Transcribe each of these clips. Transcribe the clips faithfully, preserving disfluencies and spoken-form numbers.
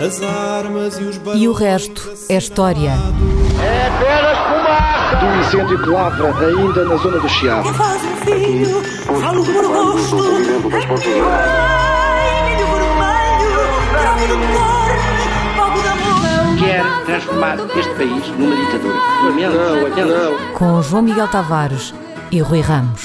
As armas e os E o resto é história. É apenas fumaça! Do incêndio que lavra ainda na zona do Chiado. Que faz um filho, falo por rosto. Ai, milho vermelho, grave do cor, fogo da amor. Quer transformar este país numa ditadura. Não, não. Com João Miguel Tavares e Rui Ramos.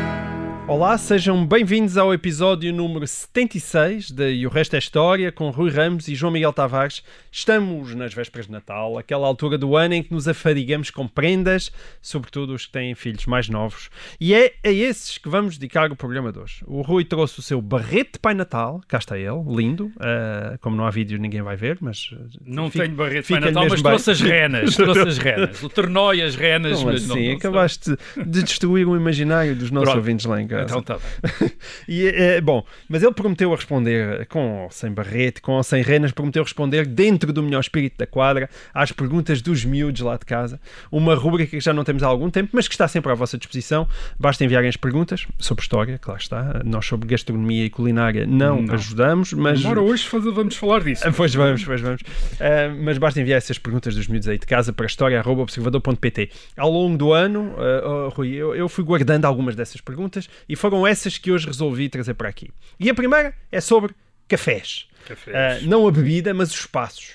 Olá, sejam bem-vindos ao episódio número setenta e seis de E o Resto é História, com Rui Ramos e João Miguel Tavares. Estamos nas vésperas de Natal, aquela altura do ano em que nos afadigamos com prendas, sobretudo os que têm filhos mais novos. E é a esses que vamos dedicar o programa de hoje. O Rui trouxe o seu barrete de Pai Natal, cá está ele, lindo. Uh, como não há vídeo, ninguém vai ver, mas... Não fica, tenho barrete de Pai Natal, mas trouxe as renas, trouxe as renas. O ternó e as renas. Como mas assim? não, não Acabaste de destruir o imaginário dos nossos Pronto. ouvintes lá em casa. Então está bem. E, é, bom, mas ele prometeu a responder, com ou sem barrete, com ou sem renas, prometeu responder dentro do melhor espírito da quadra às perguntas dos miúdos lá de casa. Uma rúbrica que já não temos há algum tempo, mas que está sempre à vossa disposição. Basta enviarem as perguntas sobre história, claro está. Nós sobre gastronomia e culinária não, não. ajudamos, mas... Agora hoje vamos falar disso. Pois vamos, pois vamos. Uh, mas basta enviar essas perguntas dos miúdos aí de casa para história arroba observador ponto pt. Ao longo do ano, uh, oh, Rui, eu, eu fui guardando algumas dessas perguntas e foram essas que hoje resolvi trazer para aqui. E a primeira é sobre cafés. Cafés. Uh, não a bebida, mas os espaços.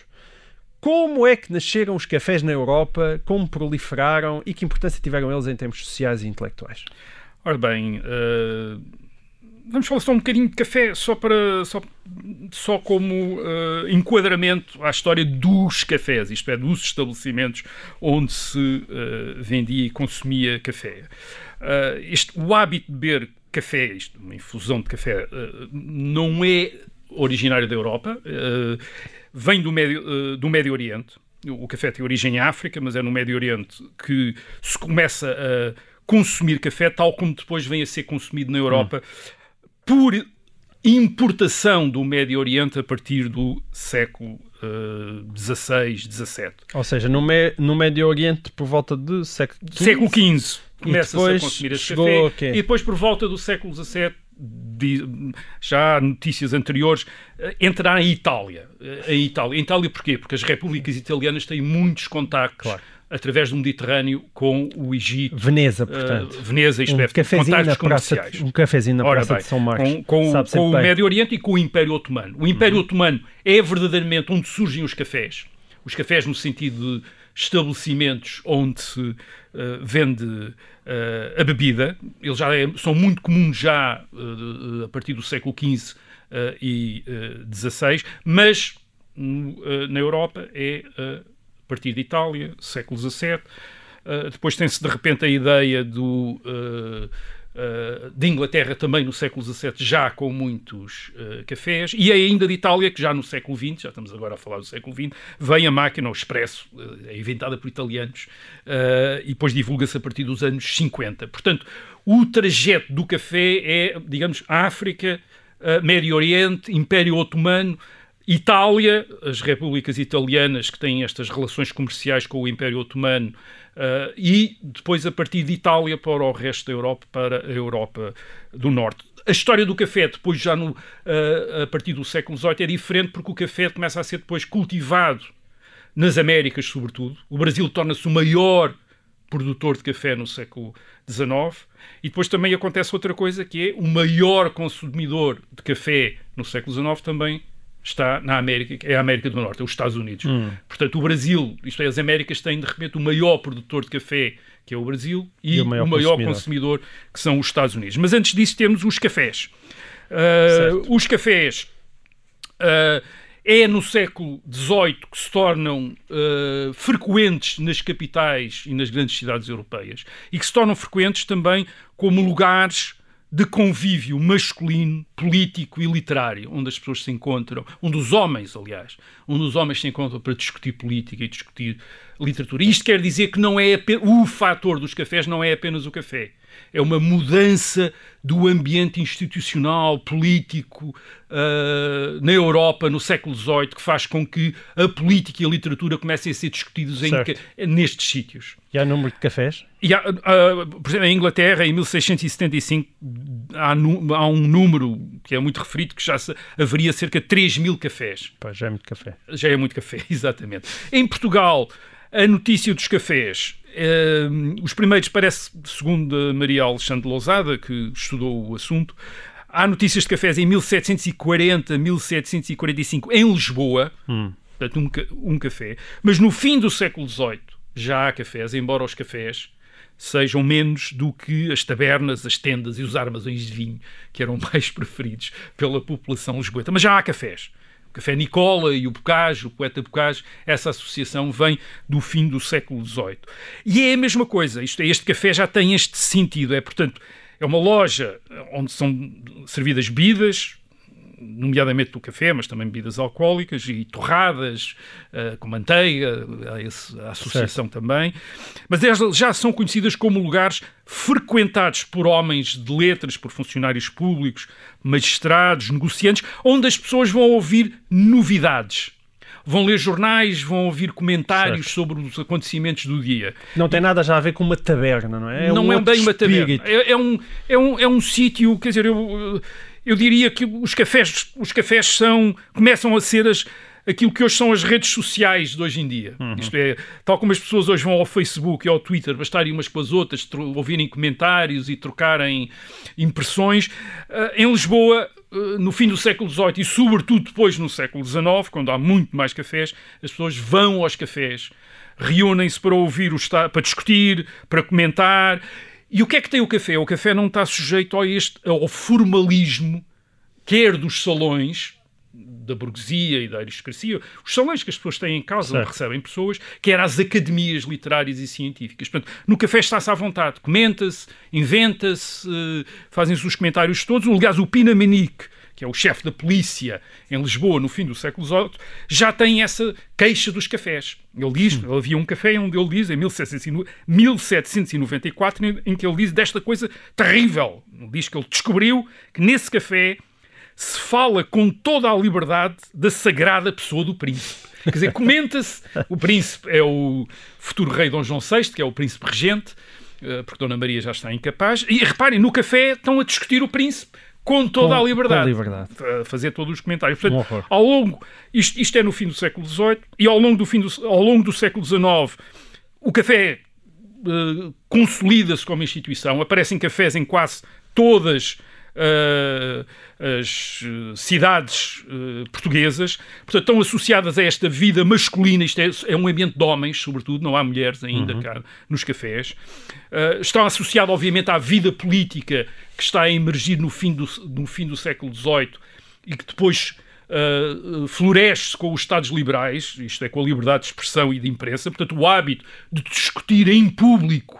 Como é que nasceram os cafés na Europa? Como proliferaram? E que importância tiveram eles em termos sociais e intelectuais? Ora bem, uh, vamos falar só um bocadinho de café, só, para, só, só como uh, enquadramento à história dos cafés, isto é, dos estabelecimentos onde se uh, vendia e consumia café. Uh, este, o hábito de beber café, isto, uma infusão de café, uh, não é originário da Europa, uh, vem do Médio, uh, do Médio Oriente. O café tem origem em África, mas é no Médio Oriente que se começa a consumir café, tal como depois vem a ser consumido na Europa, hum. por importação do Médio Oriente a partir do século dezasseis, dezassete. Ou seja, no, me, no Médio Oriente por volta do século quinze. Século quinze começa-se a consumir este café. Okay. E depois por volta do século dezassete, já há notícias anteriores, entrará em Itália. A Itália. Em Itália porquê? Porque as repúblicas italianas têm muitos contactos, claro, através do Mediterrâneo com o Egito. Veneza, portanto. Uh, Veneza, isto um é, contactos comerciais. De, um cafezinho na Ora Praça bem, de São Marcos. Com, com, com o Médio Oriente e com o Império Otomano. O Império uhum. Otomano é verdadeiramente onde surgem os cafés. Os cafés no sentido de estabelecimentos onde se uh, vende uh, a bebida. Eles já é, são muito comuns já uh, a partir do século quinze uh, e dezasseis, mas uh, na Europa é... Uh, a partir de Itália, século dezassete. Uh, depois tem-se, de repente, a ideia do, uh, uh, de Inglaterra também no século dezassete, já com muitos uh, cafés. E é ainda de Itália que já no século vinte, já estamos agora a falar do século vinte, vem a máquina, o expresso, uh, é inventada por italianos, uh, e depois divulga-se a partir dos anos cinquenta. Portanto, o trajeto do café é, digamos, África, uh, Médio Oriente, Império Otomano, Itália, as repúblicas italianas que têm estas relações comerciais com o Império Otomano, uh, e depois a partir de Itália para o resto da Europa, para a Europa do Norte. A história do café depois já no, uh, a partir do século dezoito é diferente, porque o café começa a ser depois cultivado nas Américas sobretudo. O Brasil torna-se o maior produtor de café no século dezanove, e depois também acontece outra coisa, que é o maior consumidor de café no século dezanove também está na América, é a América do Norte, é os Estados Unidos. Hum. Portanto, o Brasil, isto é, as Américas têm de repente o maior produtor de café, que é o Brasil, e, e o maior, o maior consumidor. consumidor, que são os Estados Unidos. Mas antes disso temos os cafés. Uh, os cafés uh, é no século dezoito que se tornam uh, frequentes nas capitais e nas grandes cidades europeias, e que se tornam frequentes também como lugares de convívio masculino, político e literário, onde as pessoas se encontram, onde os homens, aliás, onde os homens se encontram para discutir política e discutir literatura. E isto quer dizer que não é o fator dos cafés não é apenas o café. É uma mudança do ambiente institucional, político, uh, na Europa, no século dezoito, que faz com que a política e a literatura comecem a ser discutidos em, nestes sítios. E há número de cafés? E há, uh, por exemplo, em Inglaterra, em mil seiscentos e setenta e cinco, há, nu, há um número que é muito referido, que já se, haveria cerca de três mil cafés. Pois, já é muito café. Já é muito café, exatamente. Em Portugal, a notícia dos cafés, uh, os primeiros, parece, segundo a Maria Alexandre Lousada, que estudou o assunto, há notícias de cafés em mil setecentos e quarenta, mil setecentos e quarenta e cinco, em Lisboa, hum. portanto, um, um café, mas no fim do século dezoito já há cafés, embora os cafés sejam menos do que as tabernas, as tendas e os armazéns de vinho, que eram mais preferidos pela população lisboeta. Mas já há cafés. O Café Nicola e o Bocage, o poeta Bocage, essa associação vem do fim do século dezoito. E é a mesma coisa, isto é, este café já tem este sentido, é, portanto, é uma loja onde são servidas bebidas, nomeadamente do café, mas também bebidas alcoólicas e torradas uh, com manteiga, a, esse, a associação certo. Também. Mas elas já são conhecidas como lugares frequentados por homens de letras, por funcionários públicos, magistrados, negociantes, onde as pessoas vão ouvir novidades. Vão ler jornais, vão ouvir comentários certo. Sobre os acontecimentos do dia. Não tem nada já a ver com uma taberna, não é? É não um é bem uma taberna. É, é, um, é, um, é um sítio, quer dizer, eu... Eu diria que os cafés, os cafés são, começam a ser as, aquilo que hoje são as redes sociais de hoje em dia. Uhum. Isto é, tal como as pessoas hoje vão ao Facebook e ao Twitter, bastarem umas com as outras, tro- ouvirem comentários e trocarem impressões. Uh, em Lisboa, uh, no fim do século dezoito e sobretudo depois no século dezanove, quando há muito mais cafés, as pessoas vão aos cafés, reúnem-se para ouvir, o esta- para discutir, para comentar. E o que é que tem o café? O café não está sujeito a este, ao formalismo, quer dos salões da burguesia e da aristocracia, os salões que as pessoas têm em casa, certo. Onde recebem pessoas, quer às academias literárias e científicas. Portanto, no café está-se à vontade, comenta-se, inventa-se, fazem-se os comentários todos. Aliás, o Pina Manique, que é o chefe da polícia em Lisboa no fim do século dezoito, já tem essa queixa dos cafés. Ele diz, ele havia um café onde ele diz, em mil setecentos e noventa e quatro, em que ele diz desta coisa terrível. Ele diz que ele descobriu que nesse café se fala com toda a liberdade da sagrada pessoa do príncipe. Quer dizer, comenta-se, o príncipe é o futuro rei Dom João sexto, que é o príncipe regente, porque Dona Maria já está incapaz, e reparem, no café estão a discutir o príncipe, com toda com, a liberdade, com liberdade, a fazer todos os comentários. Portanto, um ao longo, isto, isto é no fim do século dezoito, e ao longo do, fim do, ao longo do século dezanove, o café uh, consolida-se como instituição, aparecem cafés em quase todas uh, as uh, cidades uh, portuguesas, portanto, estão associadas a esta vida masculina, isto é, é um ambiente de homens, sobretudo, não há mulheres ainda uhum. cá nos cafés. Uh, estão associadas, obviamente, à vida política que está a emergir no fim do, no fim do século dezoito e que depois uh, floresce com os Estados liberais, isto é, com a liberdade de expressão e de imprensa. Portanto, o hábito de discutir em público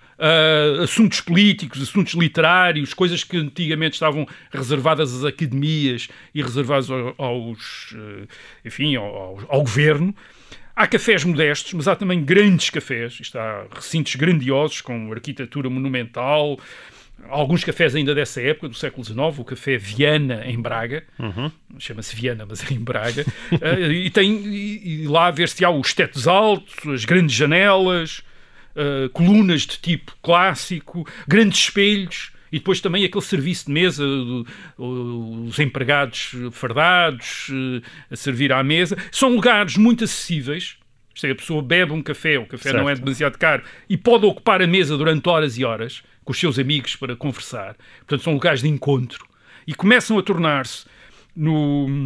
Uh, assuntos políticos, assuntos literários, coisas que antigamente estavam reservadas às academias e reservadas aos, uh, enfim, ao, ao governo. Há cafés modestos, mas há também grandes cafés. Isto há recintos grandiosos com arquitetura monumental. Há alguns cafés ainda dessa época, do século dezanove, o Café Viana, em Braga. Uhum. Chama-se Viana, mas é em Braga. uh, e, tem, e, e lá ver-se-á os tetos altos, as grandes janelas, Uh, colunas de tipo clássico, grandes espelhos e depois também aquele serviço de mesa, uh, uh, os empregados fardados uh, a servir à mesa. São lugares muito acessíveis. Isto é, a pessoa bebe um café, o café certo. Não é demasiado caro e pode ocupar a mesa durante horas e horas com os seus amigos para conversar. Portanto, são lugares de encontro e começam a tornar-se no,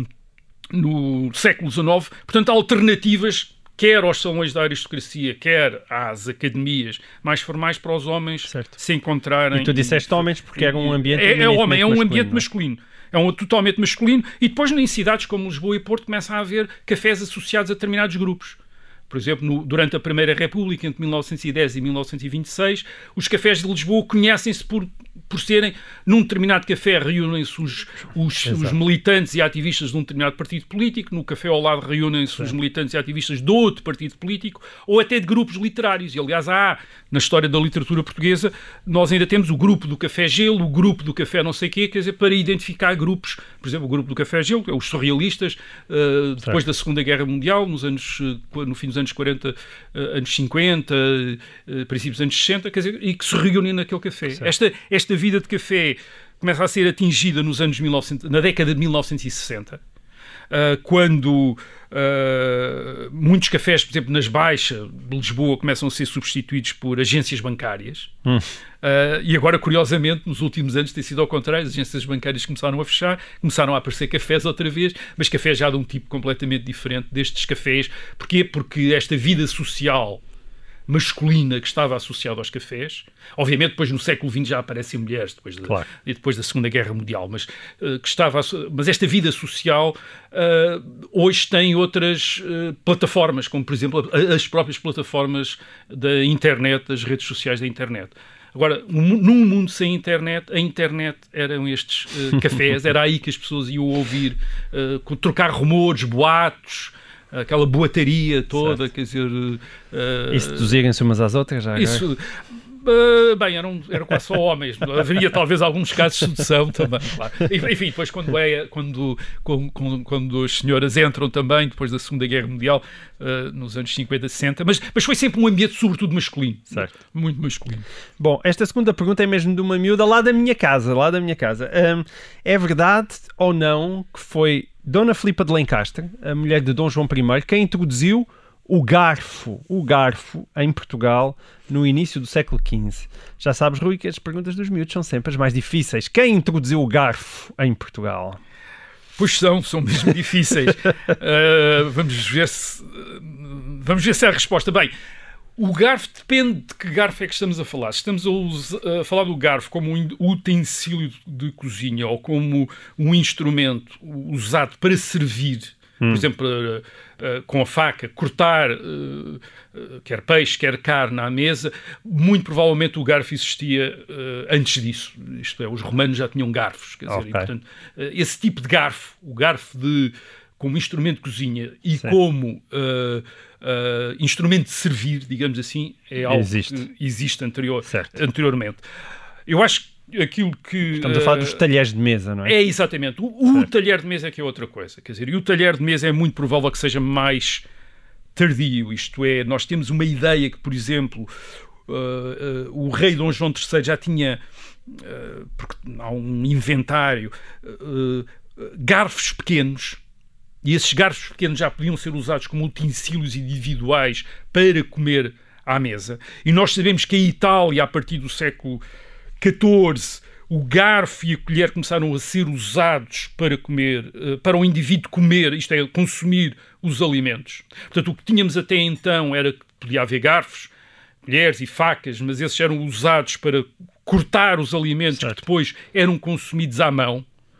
no século dezanove, portanto, alternativas quer aos salões da aristocracia, quer às academias mais formais para os homens certo. Se encontrarem. E tu disseste homens porque era um ambiente é, é homem, é um masculino, ambiente masculino. É um totalmente masculino. E depois em cidades como Lisboa e Porto começa a haver cafés associados a determinados grupos. Por exemplo, no, durante a Primeira República, entre mil novecentos e dez e mil novecentos e vinte e seis, os cafés de Lisboa conhecem-se por, por serem, num determinado café reúnem-se os, os, os militantes e ativistas de um determinado partido político, no café ao lado reúnem-se os militantes e ativistas de outro partido político, ou até de grupos literários. E, aliás, há, na história da literatura portuguesa, nós ainda temos o grupo do Café Gelo, o grupo do Café não sei quê, quer dizer, para identificar grupos, por exemplo, o grupo do Café Gelo, os surrealistas, uh, depois da Segunda Guerra Mundial, nos anos, uh, no fim dos anos quarenta, uh, anos cinquenta, uh, princípios dos anos sessenta, quer dizer, e que se reúnem naquele café. Esta, esta vida de café começa a ser atingida nos anos mil e novecentos, na década de mil novecentos e sessenta, uh, quando uh, muitos cafés, por exemplo, nas Baixas de Lisboa, começam a ser substituídos por agências bancárias. Hum. Uh, e agora, curiosamente, nos últimos anos tem sido ao contrário, as agências bancárias começaram a fechar, começaram a aparecer cafés outra vez, mas cafés já de um tipo completamente diferente destes cafés. Porquê? Porque esta vida social masculina que estava associada aos cafés, obviamente depois no século vinte já aparecem mulheres, depois, de, claro. depois da Segunda Guerra Mundial, mas, uh, que estava, mas esta vida social uh, hoje tem outras uh, plataformas, como por exemplo as próprias plataformas da internet, das redes sociais da internet. Agora, num mundo sem internet, a internet eram estes uh, cafés, era aí que as pessoas iam ouvir, uh, trocar rumores, boatos, aquela boataria toda, certo. Quer dizer... Uh, e seduzirem-se umas às outras já? Isso... Uh, bem, eram, eram quase só homens. Haveria talvez alguns casos de sedução também, claro. Enfim, depois quando, é, quando, quando, quando as senhoras entram também, depois da Segunda Guerra Mundial, uh, nos anos cinquenta, sessenta, mas, mas foi sempre um ambiente sobretudo masculino. Certo. Muito masculino. Bom, esta segunda pergunta é mesmo de uma miúda lá da minha casa, lá da minha casa. Um, é verdade ou não que foi Dona Filipa de Lencastre, a mulher de Dom João primeiro, quem introduziu o garfo, o garfo em Portugal no início do século quinze? Já sabes, Rui, que as perguntas dos miúdos são sempre as mais difíceis. Quem introduziu o garfo em Portugal? Pois são, são mesmo difíceis. uh, vamos ver se vamos ver se há a resposta. Bem, o garfo depende de que garfo é que estamos a falar. Estamos a, usa, a falar do garfo como um utensílio de cozinha ou como um instrumento usado para servir. Por hum. exemplo, uh, uh, com a faca, cortar uh, uh, quer peixe, quer carne à mesa. Muito provavelmente o garfo existia uh, antes disso. Isto é, os romanos já tinham garfos. Quer dizer, okay. E, portanto, uh, esse tipo de garfo, o garfo de, como instrumento de cozinha e Sim. como uh, uh, instrumento de servir, digamos assim, é algo existe. que existe anterior, anteriormente. Eu acho que aquilo que... Estamos a falar dos talheres de mesa, não é? É, exatamente. O, o talher de mesa é que é outra coisa. Quer dizer, e o talher de mesa é muito provável que seja mais tardio. Isto é, nós temos uma ideia que, por exemplo, uh, uh, o rei Dom João terceiro já tinha, uh, porque há um inventário, uh, uh, garfos pequenos, e esses garfos pequenos já podiam ser usados como utensílios individuais para comer à mesa. E nós sabemos que a Itália, a partir do século catorze, o garfo e a colher começaram a ser usados para comer, para o indivíduo comer, isto é, consumir os alimentos. Portanto, o que tínhamos até então era que podia haver garfos, colheres e facas, mas esses eram usados para cortar os alimentos certo. que depois eram consumidos à mão,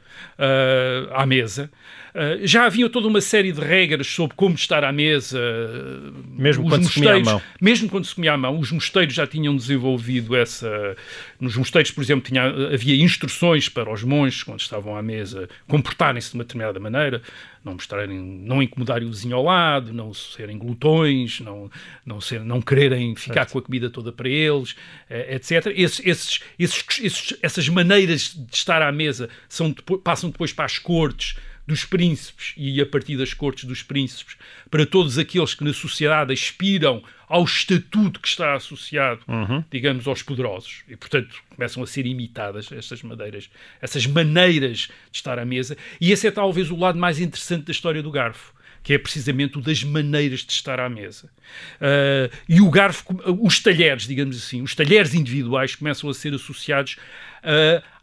uh, à mesa. Uh, já havia toda uma série de regras sobre como estar à mesa. Mesmo os quando se comia à mão. Mesmo quando se comia à mão. Os mosteiros já tinham desenvolvido essa... Nos mosteiros, por exemplo, tinha, havia instruções para os monges, quando estavam à mesa, comportarem-se de uma determinada maneira, não mostrarem, não incomodarem o vizinho ao lado, não serem glutões, não, não, ser, não quererem ficar certo. com a comida toda para eles, etcétera. Esses, esses, esses, esses, essas maneiras de estar à mesa são depois, passam depois para as cortes dos príncipes e a partir das cortes dos príncipes para todos aqueles que na sociedade aspiram ao estatuto que está associado, uhum. digamos, aos poderosos. E, portanto, começam a ser imitadas essas maneiras, essas maneiras de estar à mesa. E esse é talvez o lado mais interessante da história do garfo, que é precisamente o das maneiras de estar à mesa. Uh, e o garfo, os talheres, digamos assim, os talheres individuais começam a ser associados a uh,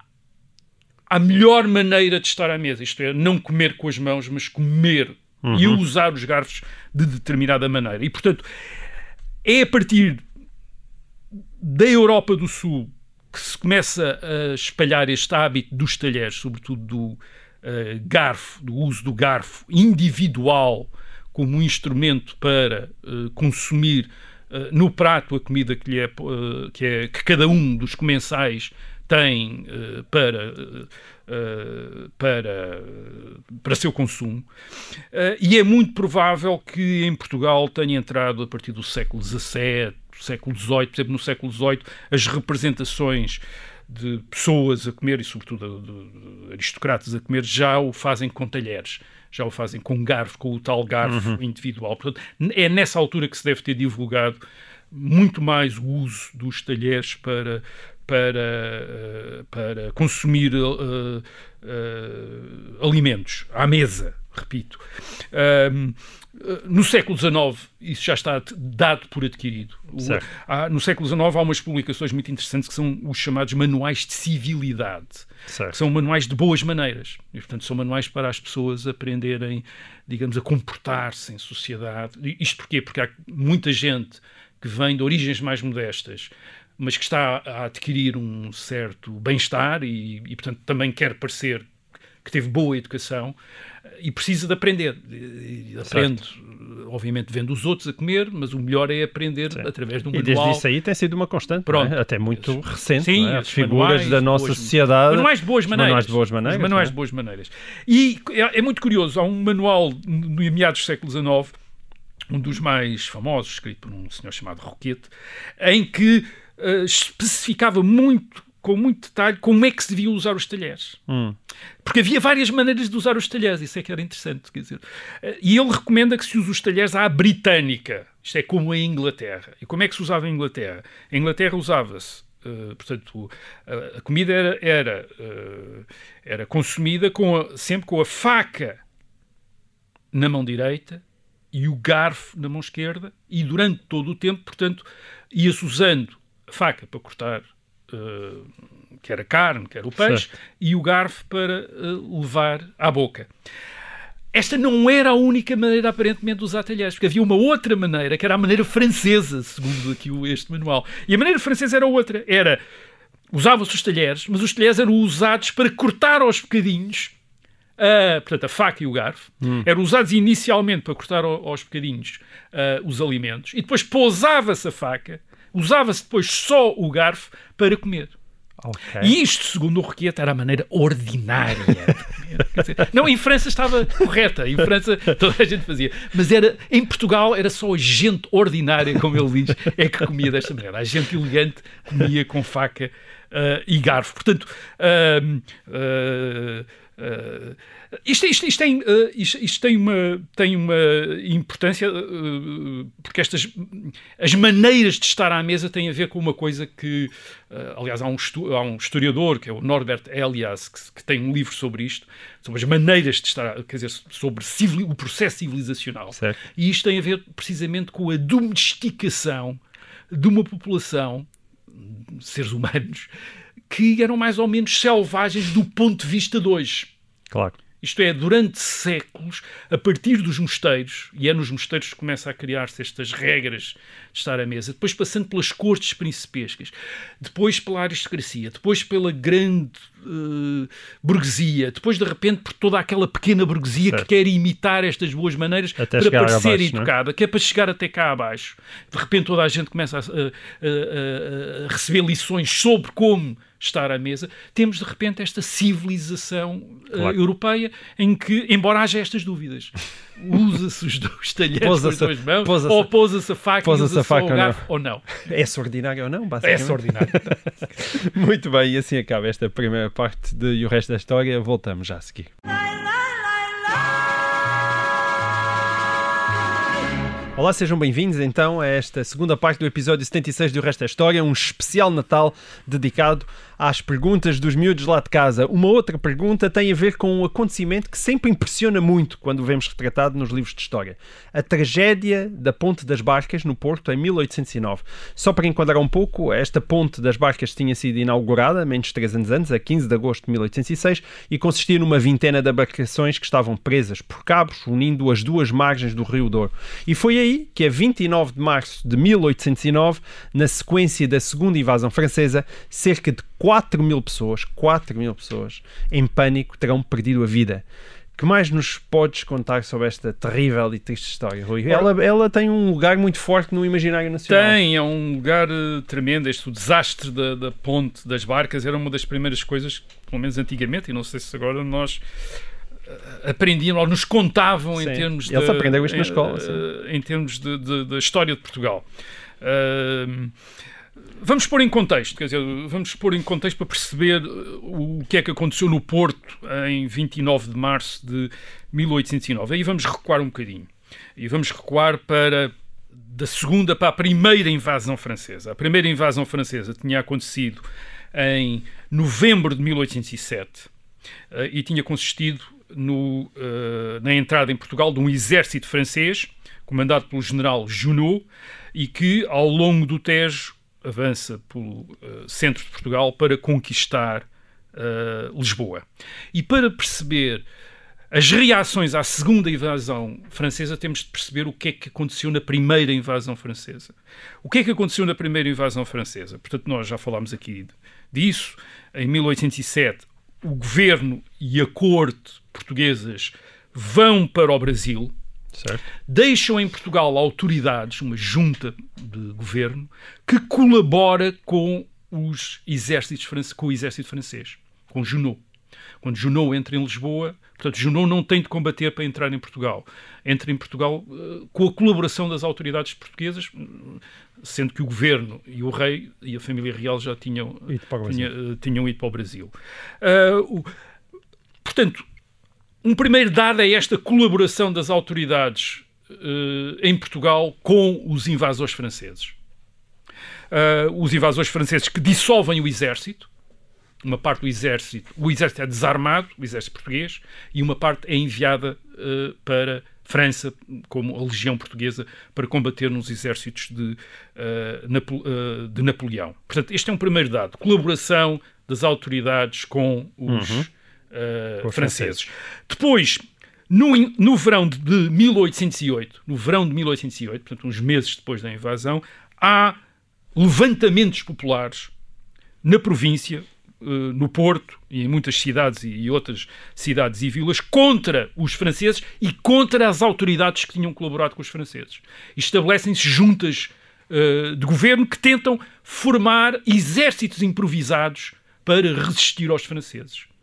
a melhor maneira de estar à mesa, isto é, não comer com as mãos, mas comer uhum. e usar os garfos de determinada maneira. E, portanto, é a partir da Europa do Sul que se começa a espalhar este hábito dos talheres, sobretudo do uh, garfo, do uso do garfo individual como um instrumento para uh, consumir uh, no prato a comida que, lhe é, uh, que, é, que cada um dos comensais tem uh, para, uh, uh, para, uh, para seu consumo. Uh, e é muito provável que em Portugal tenha entrado a partir do século dezassete, do século dezoito, por exemplo, no século dezoito, as representações de pessoas a comer, e sobretudo de, de aristocratas a comer, já o fazem com talheres, já o fazem com garfo, com o tal garfo uhum. individual. Portanto, é nessa altura que se deve ter divulgado muito mais o uso dos talheres para, para, para consumir uh, uh, alimentos à mesa, repito. Um, no século dezanove, isso já está dado por adquirido. Há, no século dezanove há umas publicações muito interessantes que são os chamados manuais de civilidade, certo. Que são manuais de boas maneiras. E, portanto, são manuais para as pessoas aprenderem, digamos, a comportar-se em sociedade. Isto porquê? Porque há muita gente que vem de origens mais modestas, mas que está a adquirir um certo bem-estar e, e, portanto, também quer parecer que teve boa educação e precisa de aprender. E aprende, certo. Obviamente, vendo os outros a comer, mas o melhor é aprender, certo. Através de um manual. E desde isso aí tem sido uma constante, Pronto. É? Até muito recente. Sim, é? Figuras da nossa boas, sociedade. Manuais de boas maneiras. Manuais de boas maneiras. Os manuais é? de boas maneiras. E é, é muito curioso, há um manual no meados do século dezanove, um dos mais famosos, escrito por um senhor chamado Roquete, em que uh, especificava muito, com muito detalhe, como é que se deviam usar os talheres. Hum. Porque havia várias maneiras de usar os talheres, isso é que era interessante, quer dizer. E ele recomenda que se use os talheres à britânica, isto é como em Inglaterra. E como é que se usava em Inglaterra? Em Inglaterra usava-se, uh, portanto, a, a comida era, era, uh, era consumida com a, sempre com a faca na mão direita e o garfo na mão esquerda, e durante todo o tempo, portanto, ia-se usando a faca para cortar Uh, quer a carne, quer o peixe, certo. E o garfo para uh, levar à boca. Esta não era a única maneira, aparentemente, de usar talheres, porque havia uma outra maneira, que era a maneira francesa, segundo aqui este manual. E a maneira francesa era outra. Era, usava-se os talheres, mas os talheres eram usados para cortar aos bocadinhos, uh, portanto, a faca e o garfo, hum. eram usados inicialmente para cortar aos bocadinhos uh, os alimentos, e depois pousava-se a faca, usava-se depois só o garfo para comer. Okay. E isto, segundo o Roquete, era a maneira ordinária de comer. Quer dizer, não, em França estava correta, em França toda a gente fazia, mas era, em Portugal era só a gente ordinária, como ele diz, é que comia desta maneira. A gente elegante comia com faca uh, e garfo. Portanto, uh, uh, uh, isto, isto, isto, tem, uh, isto, isto tem, uma, tem uma importância uh, porque estas as maneiras de estar à mesa têm a ver com uma coisa que, uh, aliás, há um, estu, há um historiador, que é o Norbert Elias, que, que tem um livro sobre isto, sobre as maneiras de estar, quer dizer, sobre civil, o processo civilizacional. Certo. E isto tem a ver precisamente com a domesticação de uma população, de seres humanos, que eram mais ou menos selvagens do ponto de vista de hoje. Claro. Isto é, durante séculos, a partir dos mosteiros, e é nos mosteiros que começa a criar-se estas regras de estar à mesa, depois passando pelas cortes principescas, depois pela aristocracia, depois pela grande uh, burguesia, depois, de repente, por toda aquela pequena burguesia, certo, que quer imitar estas boas maneiras até para parecer abaixo, educada, não é? Que é para chegar até cá abaixo. De repente toda a gente começa a, a, a, a receber lições sobre como estar à mesa. Temos, de repente, esta civilização claro, uh, europeia em que, embora haja estas dúvidas, usa-se os dois talheres com as duas mãos, pousa ou pousa-se a faca e usa-se só o garfo, ou não. É-se ordinário ou não, basicamente. É-se ordinário. Muito bem, e assim acaba esta primeira parte de E o Resto da História. Voltamos já a seguir. Olá, sejam bem-vindos então a esta segunda parte do episódio setenta e seis do Resto da História, um especial Natal dedicado às perguntas dos miúdos lá de casa. Uma outra pergunta tem a ver com um acontecimento que sempre impressiona muito quando o vemos retratado nos livros de história. A tragédia da Ponte das Barcas, no Porto, em mil oitocentos e nove. Só para enquadrar um pouco, esta Ponte das Barcas tinha sido inaugurada menos de três anos antes, a quinze de agosto de mil oitocentos e seis, e consistia numa vintena de embarcações que estavam presas por cabos, unindo as duas margens do Rio Douro. E foi aí que, a vinte e nove de março de mil oitocentos e nove, na sequência da segunda invasão francesa, cerca de quatro mil pessoas, quatro mil pessoas, em pânico, terão perdido a vida. que mais nos podes contar sobre esta terrível e triste história, Rui? Ela, ela tem um lugar muito forte no imaginário nacional. Tem, é um lugar uh, tremendo. Este o desastre da, da ponte das barcas era uma das primeiras coisas, pelo menos antigamente, e não sei se agora nós uh, aprendíamos, ou nos contavam sim. em termos Eles de... aprenderam isto em, na escola. Uh, em termos de, de, de história de Portugal. Uh, Vamos pôr em contexto, quer dizer, vamos pôr em contexto para perceber o que é que aconteceu no Porto em vinte e nove de março de mil oitocentos e nove. Aí vamos recuar um bocadinho. E vamos recuar para da segunda para a primeira invasão francesa. A primeira invasão francesa tinha acontecido em novembro de mil oitocentos e sete e tinha consistido no, na entrada em Portugal de um exército francês comandado pelo general Junot e que, ao longo do Tejo, avança pelo uh, centro de Portugal para conquistar uh, Lisboa. E para perceber as reações à segunda invasão francesa, temos de perceber o que é que aconteceu na primeira invasão francesa. O que é que aconteceu na primeira invasão francesa? Portanto, nós já falámos aqui disso. Em mil oitocentos e sete, o governo e a corte portuguesas vão para o Brasil, certo. Deixam em Portugal autoridades, uma junta de governo, que colabora com, os exércitos, com o exército francês, com Junot. Quando Junot entra em Lisboa, portanto, Junot não tem de combater para entrar em Portugal. Entra em Portugal uh, com a colaboração das autoridades portuguesas, sendo que o governo e o rei e a família real já tinham ido para o Brasil. Tinha, uh, tinham ido para o Brasil. Uh, o, portanto, um primeiro dado é esta colaboração das autoridades uh, em Portugal com os invasores franceses. Uh, os invasores franceses que dissolvem o exército, uma parte do exército, o exército é desarmado, o exército português, e uma parte é enviada uh, para França, como a legião portuguesa, para combater nos exércitos de, uh, Napo uh, de Napoleão. Portanto, este é um primeiro dado, colaboração das autoridades com os... Uhum. Uh, franceses. Depois, no, no verão de, de mil oitocentos e oito, no verão de mil oitocentos e oito, portanto, uns meses depois da invasão, há levantamentos populares na província, uh, no Porto e em muitas cidades e, e outras cidades e vilas, contra os franceses e contra as autoridades que tinham colaborado com os franceses. Estabelecem-se juntas uh, de governo que tentam formar exércitos improvisados para resistir aos franceses.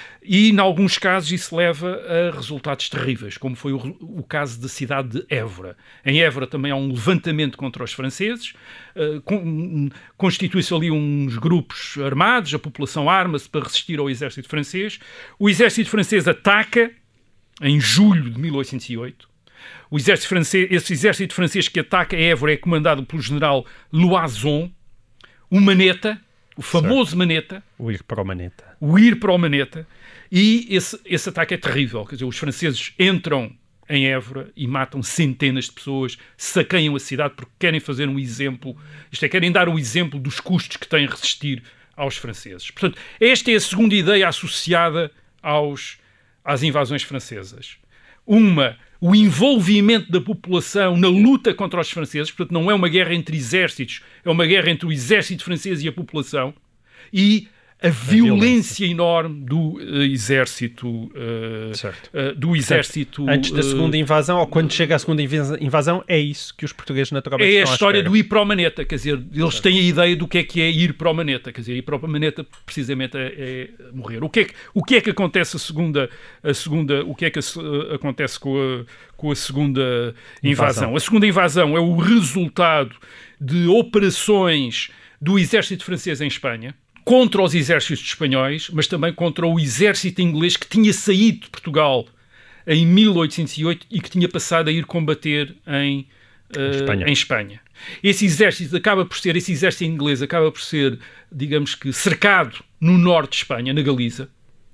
E, em alguns casos, isso leva a resultados terríveis, como foi o, o caso da cidade de Évora. Em Évora também há um levantamento contra os franceses, uh, con, constitui-se ali uns grupos armados, a população arma-se para resistir ao exército francês. O exército francês ataca em julho de mil oitocentos e oito. O exército francês, esse exército francês que ataca Évora é comandado pelo general Loison, o Maneta, o famoso certo. Maneta. O ir para o Maneta. O ir para o Maneta. E esse, esse ataque é terrível. Quer dizer, os franceses entram em Évora e matam centenas de pessoas, saqueiam a cidade porque querem fazer um exemplo, isto é, querem dar um exemplo dos custos que têm resistir aos franceses. Portanto, esta é a segunda ideia associada aos, às invasões francesas. Uma, o envolvimento da população na luta contra os franceses, portanto, não é uma guerra entre exércitos, é uma guerra entre o exército francês e a população, e a, a violência, violência enorme do uh, exército uh, uh, do exército certo. Antes da segunda invasão, ou quando chega a segunda invasão, é isso que os portugueses naturalmente é estão a história à do ir para o Maneta, quer dizer, eles certo. têm a ideia do que é que é ir para o Maneta, quer dizer, ir para o Maneta precisamente é, é morrer. O que é que, o que é que acontece a segunda, a segunda, o que é que a, acontece com a, com a segunda invasão? invasão? A segunda invasão é o resultado de operações do exército francês em Espanha, contra os exércitos espanhóis, mas também contra o exército inglês que tinha saído de Portugal em mil oitocentos e oito e que tinha passado a ir combater em, uh, Espanha. em Espanha. Esse exército acaba por ser, esse exército inglês acaba por ser, digamos que, cercado no norte de Espanha, na Galiza,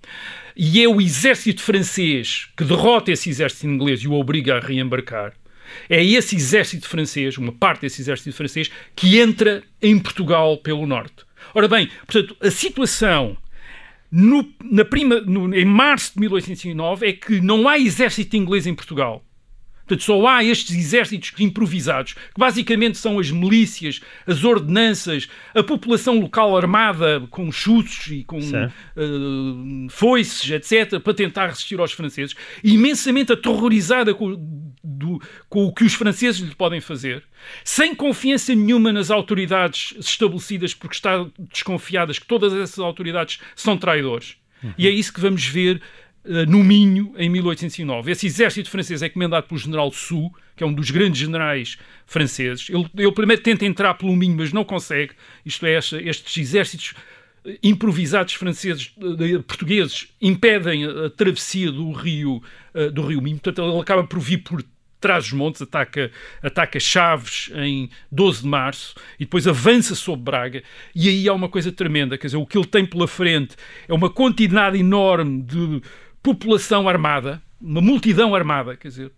e é o exército francês que derrota esse exército inglês e o obriga a reembarcar. É esse exército francês, uma parte desse exército francês, que entra em Portugal pelo norte. Ora bem, portanto, a situação no, na prima, no, em março de mil oitocentos e nove é que não há exército inglês em Portugal. Portanto, só há estes exércitos improvisados, que basicamente são as milícias, as ordenanças, a população local armada com chutos e com uh, foices, etcétera, para tentar resistir aos franceses, imensamente aterrorizada com, do, com o que os franceses lhe podem fazer, sem confiança nenhuma nas autoridades estabelecidas, porque está desconfiadas que todas essas autoridades são traidores. Uhum. E é isso que vamos ver no Minho, em mil oitocentos e nove. Esse exército francês é comandado pelo general Soult, que é um dos grandes generais franceses. Ele, ele primeiro tenta entrar pelo Minho, mas não consegue. Isto é, estes exércitos improvisados franceses, portugueses, impedem a travessia do rio, do rio Minho. Portanto, ele acaba por vir por trás dos montes, ataca, ataca Chaves em doze de março e depois avança sobre Braga, e aí há uma coisa tremenda, quer dizer, o que ele tem pela frente é uma quantidade enorme de população armada, uma multidão armada, quer dizer,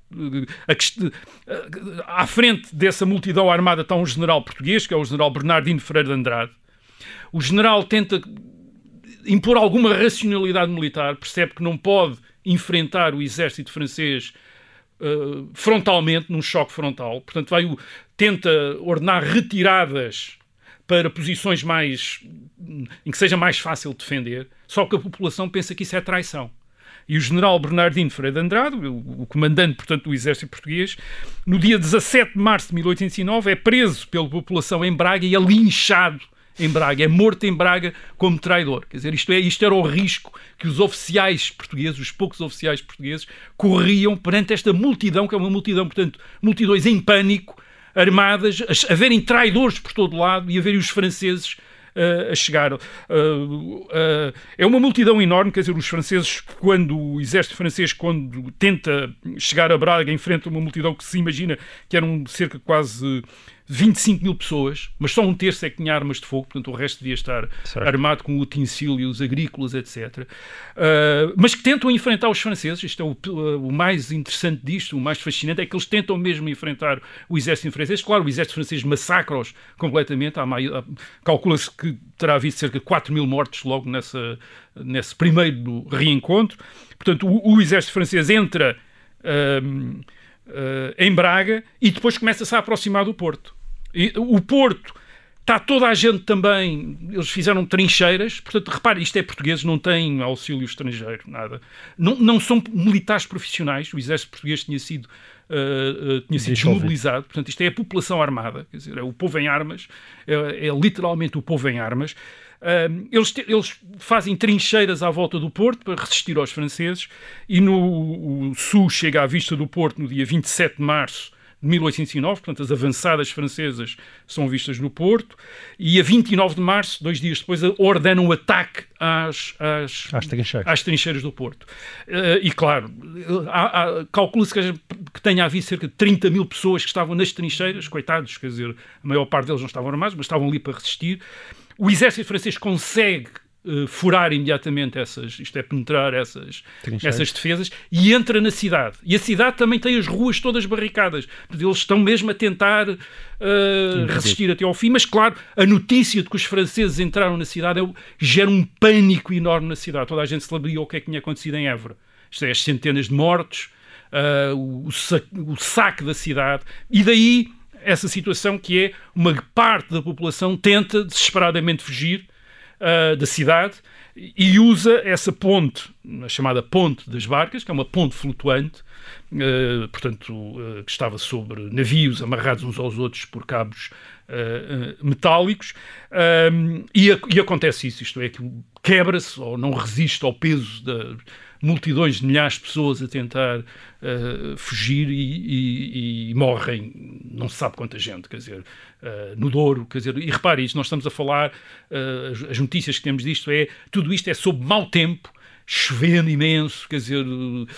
à frente dessa multidão armada está um general português, que é o general Bernardino Ferreira de Andrade. O general tenta impor alguma racionalidade militar, percebe que não pode enfrentar o exército francês uh, frontalmente, num choque frontal, portanto vai o, tenta ordenar retiradas para posições mais, em que seja mais fácil defender, só que a população pensa que isso é traição. E o general Bernardino Ferreira de Andrade, o, o comandante, portanto, do exército português, no dia dezassete de março de mil oitocentos e nove, é preso pela população em Braga e é linchado em Braga, é morto em Braga como traidor. Quer dizer, isto, é, isto era o risco que os oficiais portugueses, os poucos oficiais portugueses, corriam perante esta multidão, que é uma multidão, portanto, multidões em pânico, armadas, a, a verem traidores por todo lado e a verem os franceses Uh, a chegar. Uh, uh, é uma multidão enorme, quer dizer, os franceses, quando o exército francês, quando tenta chegar a Braga, enfrenta uma multidão que se imagina que eram cerca de quase vinte e cinco mil pessoas, mas só um terço é que tinha armas de fogo, portanto o resto devia estar certo, armado com utensílios agrícolas, etcétera. Uh, mas que tentam enfrentar os franceses. Isto é o, o mais interessante disto, o mais fascinante, é que eles tentam mesmo enfrentar o exército francês. Claro, o exército francês massacra-os completamente. Calcula-se que terá havido cerca de quatro mil mortos logo nessa, nesse primeiro reencontro. Portanto, o, o exército francês entra uh, uh, em Braga e depois começa-se a aproximar do Porto. E, o Porto, está toda a gente também, eles fizeram trincheiras, portanto, repare, isto é português, não tem auxílio estrangeiro, nada. Não, não são militares profissionais, o exército português tinha sido, uh, uh, tinha sido desmobilizado, portanto, isto é a população armada, quer dizer, é o povo em armas, é, é literalmente o povo em armas. Uh, eles, te, eles fazem trincheiras à volta do Porto para resistir aos franceses e no o Sul chega à vista do Porto no dia vinte e sete de março de mil oitocentos e nove, portanto as avançadas francesas são vistas no Porto, e a vinte e nove de março, dois dias depois, ordenam o ataque às, às, às, trincheiras. às trincheiras do Porto. Uh, e claro, calcula-se que, que tenha havido cerca de trinta mil pessoas que estavam nas trincheiras, coitados, quer dizer, a maior parte deles não estavam armados, mas estavam ali para resistir. O exército francês consegue Uh, furar imediatamente essas, isto é, penetrar essas, essas defesas e entra na cidade. E a cidade também tem as ruas todas barricadas. Eles estão mesmo a tentar uh, resistir até ao fim, mas claro, a notícia de que os franceses entraram na cidade é, gera um pânico enorme na cidade. Toda a gente se lembra o que é que tinha acontecido em Évora. Isto é, as centenas de mortos, uh, o, saque, o saque da cidade, e daí essa situação que é uma parte da população tenta desesperadamente fugir Uh, da cidade e usa essa ponte, a chamada Ponte das Barcas, que é uma ponte flutuante, uh, portanto, uh, que estava sobre navios amarrados uns aos outros por cabos uh, uh, metálicos, um, e, a, e acontece isso, isto é, que quebra-se ou não resiste ao peso da multidões de milhares de pessoas a tentar uh, fugir e, e, e morrem, não se sabe quanta gente, quer dizer, uh, no Douro, quer dizer, e repare isto, nós estamos a falar, uh, as, as notícias que temos disto é, tudo isto é sob mau tempo, chovendo imenso, quer dizer,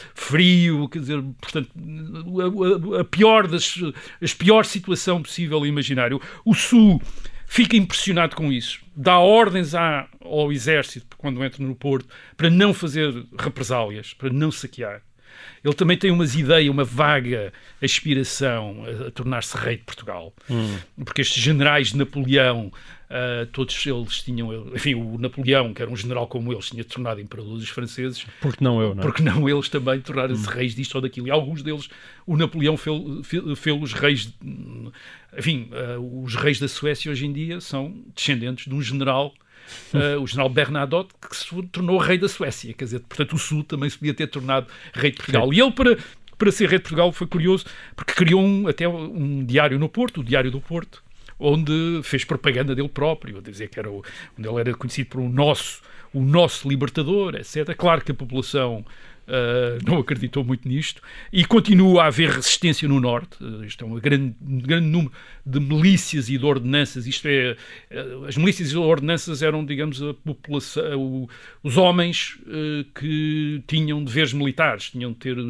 frio, quer dizer, portanto, a, a, a pior das, a pior situação possível e imaginário. O Sul fica impressionado com isso, dá ordens à, ao exército, quando entra no Porto, para não fazer represálias, para não saquear. ele também tem umas ideias, uma vaga aspiração a, a tornar-se rei de Portugal. Hum. Porque estes generais de Napoleão, uh, todos eles tinham... Enfim, o Napoleão, que era um general como eles, tinha tornado imperador dos franceses. Porque não eu, não é? Porque não eles também tornaram-se hum. reis disto ou daquilo. E alguns deles, o Napoleão fez-los reis... Enfim, uh, os reis da Suécia hoje em dia são descendentes de um general... Uh, o general Bernadotte, que se tornou rei da Suécia, quer dizer, portanto o Sul também se podia ter tornado rei de Portugal. Sim. E ele, para, para ser rei de Portugal, foi curioso, porque criou um, até um diário no Porto, o Diário do Porto, onde fez propaganda dele próprio, a dizer que era o, onde ele era conhecido por o nosso, o nosso libertador, etcétera. Claro que a população Uh, não acreditou muito nisto, e continua a haver resistência no Norte. Uh, isto é um grande, um grande número de milícias e de ordenanças. Isto é, uh, as milícias e ordenanças eram, digamos, a população, uh, os homens uh, que tinham deveres militares, tinham de ter uh,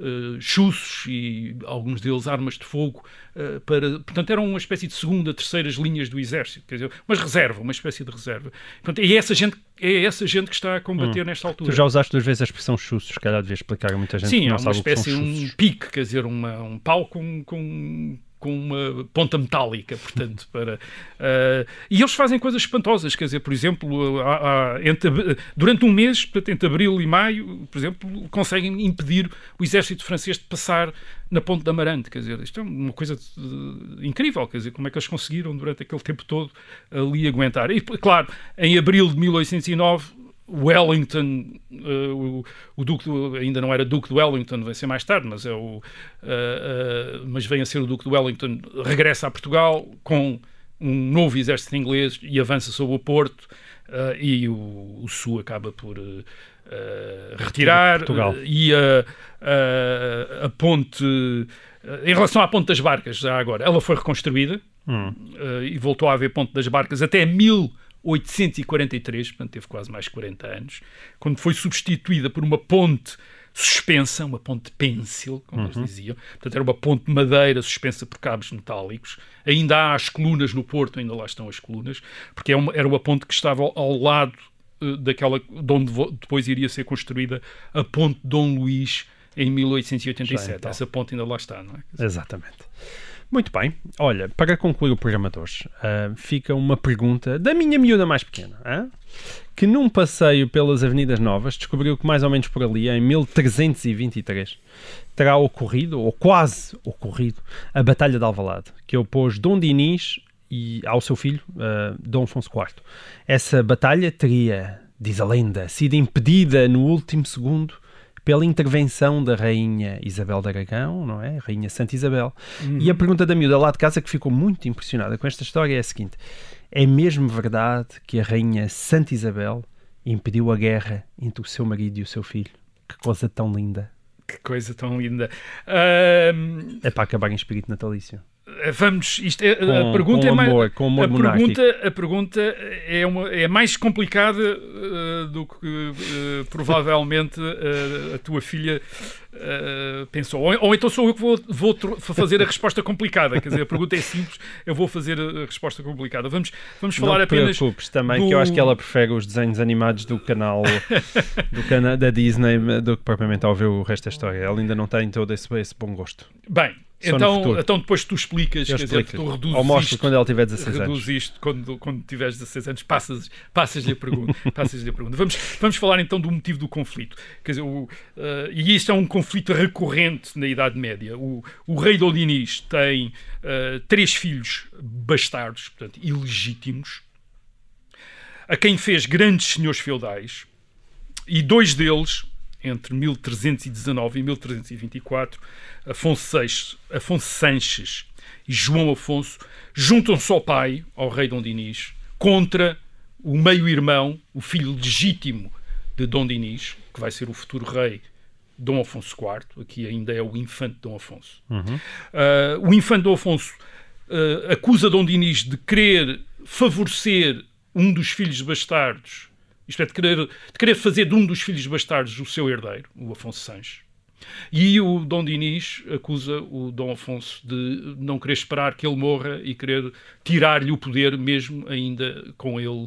chuços e alguns deles armas de fogo, uh, para, portanto eram uma espécie de segunda, terceiras linhas do exército, quer dizer, mas reserva, uma espécie de reserva. Portanto, é essa gente, é essa gente que está a combater hum. nesta altura. Tu já usaste duas vezes a expressão chuços, se calhar devias explicar a muita gente. Sim, que não é uma sabe espécie de um pique, quer dizer, uma, um pau com, com, com uma ponta metálica, portanto, para... Uh, e eles fazem coisas espantosas, quer dizer, por exemplo, há, há, entre, durante um mês, portanto, entre abril e maio, por exemplo, conseguem impedir o exército francês de passar na Ponte de Amarante, quer dizer, isto é uma coisa de, incrível, quer dizer, como é que eles conseguiram durante aquele tempo todo ali aguentar. E, claro, em abril de mil oitocentos e nove, Wellington, uh, o, o Duque do, ainda não era Duque de Wellington, vai ser mais tarde, mas, é o, uh, uh, mas vem a ser o Duque de Wellington, regressa a Portugal com um novo exército inglês e avança sobre o Porto, uh, e o, o Sul acaba por uh, uh, retirar, uh, e a, a, a ponte, uh, em relação à Ponte das Barcas, já agora, ela foi reconstruída, hum. uh, e voltou a haver Ponte das Barcas até mil oitocentos e quarenta e três, portanto teve quase mais de quarenta anos, quando foi substituída por uma ponte suspensa, uma ponte de pêncil, como uhum. eles diziam. Portanto, era uma ponte de madeira suspensa por cabos metálicos. Ainda há as colunas no Porto, ainda lá estão as colunas, porque é uma, era uma ponte que estava ao, ao lado uh, daquela de onde depois iria ser construída a ponte de Dom Luís em mil oitocentos e oitenta e sete. Então. Essa ponte ainda lá está, não é? Exatamente. Muito bem. Olha, para concluir o programa de hoje, uh, fica uma pergunta da minha miúda mais pequena, hein? Que num passeio pelas Avenidas Novas descobriu que mais ou menos por ali, em mil trezentos e vinte e três, terá ocorrido, ou quase ocorrido, a Batalha de Alvalade, que opôs Dom Dinis e, ao seu filho, uh, Dom Afonso quarto. Essa batalha teria, diz a lenda, sido impedida no último segundo pela intervenção da Rainha Isabel de Aragão, não é? Rainha Santa Isabel. Uhum. E a pergunta da miúda lá de casa, que ficou muito impressionada com esta história, é a seguinte: é mesmo verdade que a Rainha Santa Isabel impediu a guerra entre o seu marido e o seu filho? Que coisa tão linda. Que coisa tão linda. Uh... É para acabar em espírito natalício. Vamos, isto é, com, a pergunta com é amor, mais, com amor a pergunta, a pergunta é, uma, é mais complicada uh, do que uh, provavelmente uh, a tua filha uh, pensou. Ou, ou então sou eu que vou, vou fazer a resposta complicada. Quer dizer, a pergunta é simples, eu vou fazer a resposta complicada. Vamos, vamos falar Não apenas. Não te preocupes também, do... que eu acho que ela prefere os desenhos animados do canal do cana, da Disney do que propriamente ao ver o resto da história. Ela ainda não tem todo esse, esse bom gosto. Bem. Então, então depois tu explicas, eu quer explico. dizer, tu reduzes ou mostro isto, quando ela tiver dezasseis reduz anos. Isto quando, quando tiveres dezasseis anos, passas, passas-lhe a pergunta. passas-lhe a pergunta. Vamos, vamos falar então do motivo do conflito. Quer dizer, o, uh, e isto é um conflito recorrente na Idade Média. O, o rei Dom Dinis tem uh, três filhos bastardos, portanto, ilegítimos, a quem fez grandes senhores feudais, e dois deles, entre mil trezentos e dezanove e mil trezentos e vinte e quatro, Afonso Seixas, Afonso Sanches e João Afonso juntam-se ao pai, ao rei Dom Dinis, contra o meio-irmão, o filho legítimo de Dom Dinis, que vai ser o futuro rei Dom Afonso quarto, aqui ainda é o infante Dom Afonso. Uhum. Uh, o infante Dom Afonso uh, acusa Dom Dinis de querer favorecer um dos filhos bastardos, isto é, de querer, de querer fazer de um dos filhos bastardos o seu herdeiro, o Afonso Sanches. E o Dom Dinis acusa o Dom Afonso de não querer esperar que ele morra e querer tirar-lhe o poder, mesmo ainda com ele uh,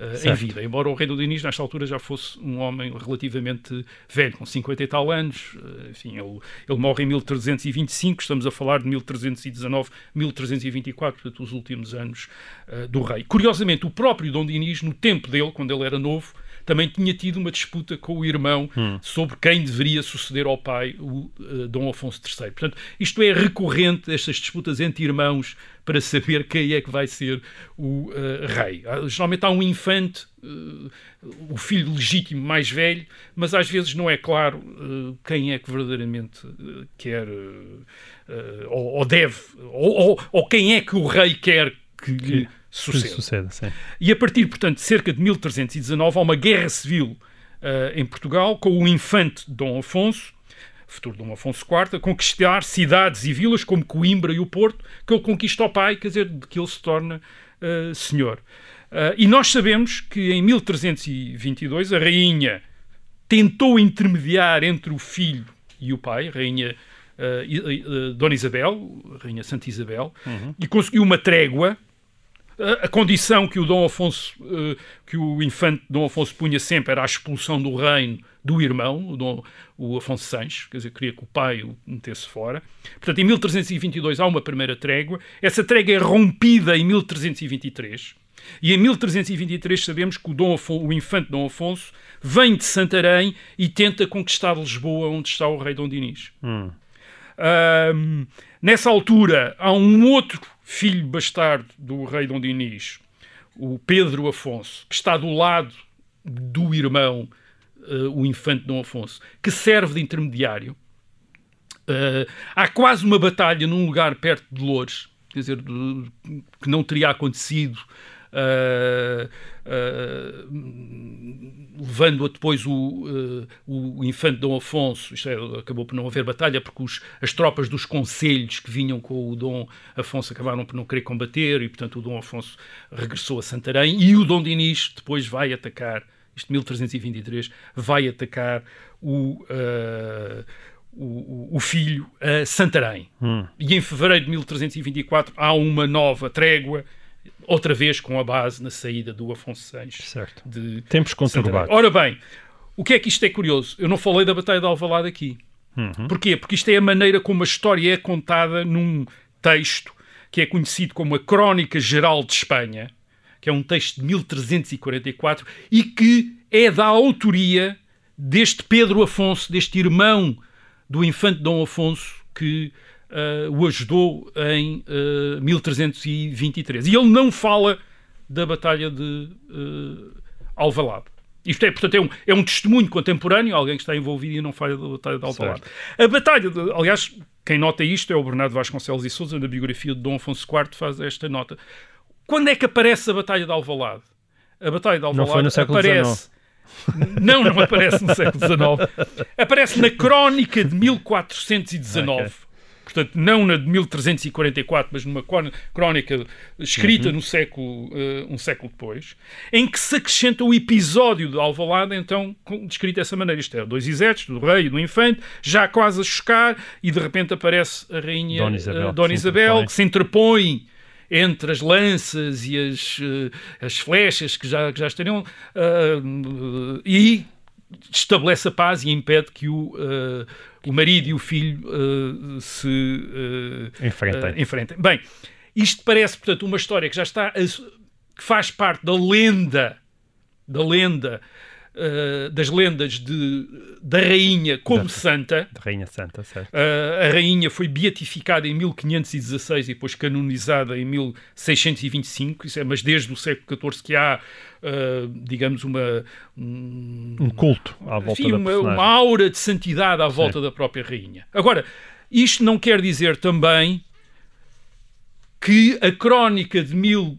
uh, em vida. Embora o rei Dom Dinis, nesta altura, já fosse um homem relativamente velho, com cinquenta e tal anos. Uh, enfim, ele, ele morre em mil trezentos e vinte e cinco, estamos a falar de mil trezentos e dezanove, mil trezentos e vinte e quatro, portanto, os últimos anos uh, do rei. Curiosamente, o próprio Dom Dinis, no tempo dele, quando ele era novo, também tinha tido uma disputa com o irmão hum. sobre quem deveria suceder ao pai, o uh, Dom Afonso terceiro. Portanto, isto é recorrente, estas disputas entre irmãos, para saber quem é que vai ser o uh, rei. Geralmente há um infante, uh, o filho legítimo mais velho, mas às vezes não é claro uh, quem é que verdadeiramente uh, quer, uh, uh, ou, ou deve, ou, ou, ou quem é que o rei quer que lhe suceda. suceda sim. E a partir, portanto, de cerca de mil trezentos e dezanove, há uma guerra civil uh, em Portugal, com o infante Dom Afonso, futuro Dom Afonso quarto, a conquistar cidades e vilas como Coimbra e o Porto, que ele conquista ao pai, quer dizer, de que ele se torna uh, senhor. Uh, e nós sabemos que em mil trezentos e vinte e dois a rainha tentou intermediar entre o filho e o pai, a rainha uh, uh, Dona Isabel, a rainha Santa Isabel, uhum. e conseguiu uma trégua. A condição que o Dom Afonso, que o infante Dom Afonso punha sempre era a expulsão do reino do irmão, o, Dom, o Afonso Sancho, quer dizer, queria que o pai o metesse fora. Portanto, em mil trezentos e vinte e dois há uma primeira trégua. Essa trégua é rompida em mil trezentos e vinte e três. E em mil trezentos e vinte e três sabemos que o, Dom Afonso, o infante Dom Afonso vem de Santarém e tenta conquistar Lisboa, onde está o rei Dom Dinis. Hum. Um, nessa altura, há um outro filho bastardo do rei Dom Dinis, o Pedro Afonso, que está do lado do irmão, uh, o infante Dom Afonso, que serve de intermediário. Uh, há quase uma batalha num lugar perto de Loures, quer dizer, de, que não teria acontecido, uh, uh, levando a depois o, uh, o infante Dom Afonso. Isto é, acabou por não haver batalha, porque os, as tropas dos conselhos que vinham com o Dom Afonso acabaram por não querer combater, e portanto o Dom Afonso regressou a Santarém, e o Dom Dinis depois vai atacar, isto mil trezentos e vinte e três, vai atacar o... Uh, O, o filho a Santarém. Hum. E em fevereiro de mil trezentos e vinte e quatro há uma nova trégua, outra vez com a base na saída do Afonso Sancho. Certo. De Tempos conturbados. Ora bem, o que é que isto é curioso? Eu não falei da Batalha de Alvalade aqui. Uhum. Porquê? Porque isto é a maneira como a história é contada num texto que é conhecido como a Crónica Geral de Espanha, que é um texto de mil trezentos e quarenta e quatro e que é da autoria deste Pedro Afonso, deste irmão do infante Dom Afonso, que uh, o ajudou em uh, mil trezentos e vinte e três. E ele não fala da Batalha de uh, Alvalade. Isto é, portanto, é um, é um testemunho contemporâneo, alguém que está envolvido e não fala da Batalha de Alvalade. Certo. A Batalha, de, aliás, quem nota isto é o Bernardo Vasconcelos e Sousa, na biografia de Dom Afonso quarto, faz esta nota. Quando é que aparece a Batalha de Alvalade? A Batalha de Alvalade não foi no século aparece... dezenove. Não, não aparece no século dezenove. Aparece na Crónica de mil quatrocentos e dezanove. Okay. Portanto, não na de mil trezentos e quarenta e quatro, mas numa crónica escrita uhum. no século, uh, um século depois, em que se acrescenta o episódio de Alvalade, então, descrito dessa maneira. Isto é, dois exércitos, do rei e do infante, já quase a chocar, e de repente aparece a rainha Dona Isabel, uh, Dona Isabel que se interpõe entre as lanças e as, uh, as flechas que já, que já estariam, uh, e estabelece a paz e impede que o, uh, o marido e o filho uh, se uh, enfrentem. Uh, enfrentem. Bem, isto parece, portanto, uma história que já está, a, que faz parte da lenda, da lenda, Uh, das lendas de, da rainha como da, santa. Da rainha santa, certo. Uh, a rainha foi beatificada em mil quinhentos e dezasseis e depois canonizada em mil seiscentos e vinte e cinco, isso é, mas desde o século catorze que há, uh, digamos, uma... Um, um culto à volta enfim, da uma, personagem. uma aura de santidade à volta Sim. da própria rainha. Agora, isto não quer dizer também que a crónica de mil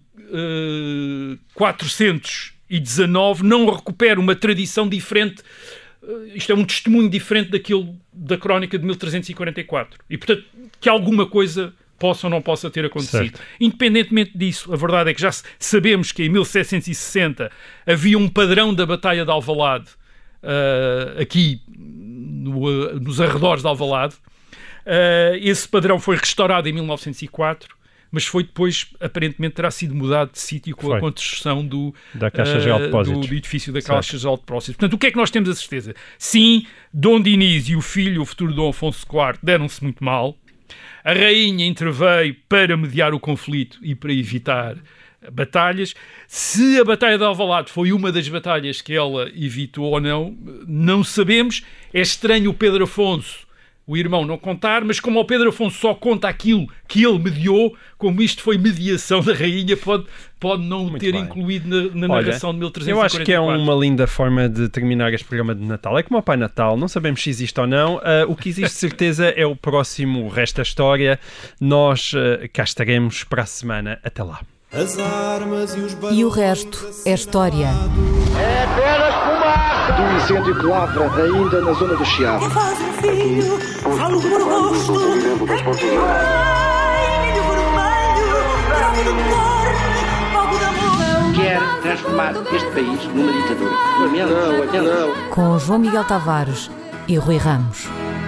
quatrocentos e dezanove não recupera uma tradição diferente, isto é um testemunho diferente daquilo da crónica de mil trezentos e quarenta e quatro. E, portanto, que alguma coisa possa ou não possa ter acontecido. Certo. Independentemente disso, a verdade é que já sabemos que em mil setecentos e sessenta havia um padrão da Batalha de Alvalade, uh, aqui no, uh, nos arredores de Alvalade. Uh, esse padrão foi restaurado em mil novecentos e quatro, mas foi depois, aparentemente, terá sido mudado de sítio com Foi. a construção do, Da Caixa Geral de uh, Depósitos. do, do edifício da Caixa Geral de Depósitos. Portanto, o que é que nós temos a certeza? Sim, Dom Dinis e o filho, o futuro Dom Afonso quarto, deram-se muito mal. A rainha interveio para mediar o conflito e para evitar batalhas. Se a Batalha de Alvalade foi uma das batalhas que ela evitou ou não, não sabemos. É estranho o Pedro Afonso, o irmão, não contar, mas como o Pedro Afonso só conta aquilo que ele mediou, como isto foi mediação da rainha, pode, pode não Muito ter bem. incluído na, na Olha, narração de mil trezentos e eu quarenta e quatro. acho que é uma linda forma de terminar este programa de Natal. É como o Pai Natal, não sabemos se existe ou não. Uh, o que existe de certeza é o próximo Resto da História. Nós uh, cá estaremos para a semana. Até lá. As armas e os E o resto é história. É apenas fumaça! Do incêndio que lavra ainda na zona do Chiado. Que faz um filho, falo por gosto. Ai, milho vermelho, troco de carne, fogo de amor. Quer transformar este país numa ditadura. Lamento, Não, lamento. não. Com João Miguel Tavares e Rui Ramos.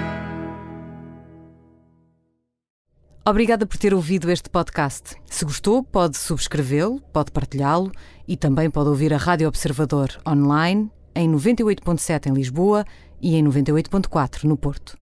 Obrigada por ter ouvido este podcast. Se gostou, pode subscrevê-lo, pode partilhá-lo e também pode ouvir a Rádio Observador online em noventa e oito ponto sete em Lisboa e em noventa e oito ponto quatro no Porto.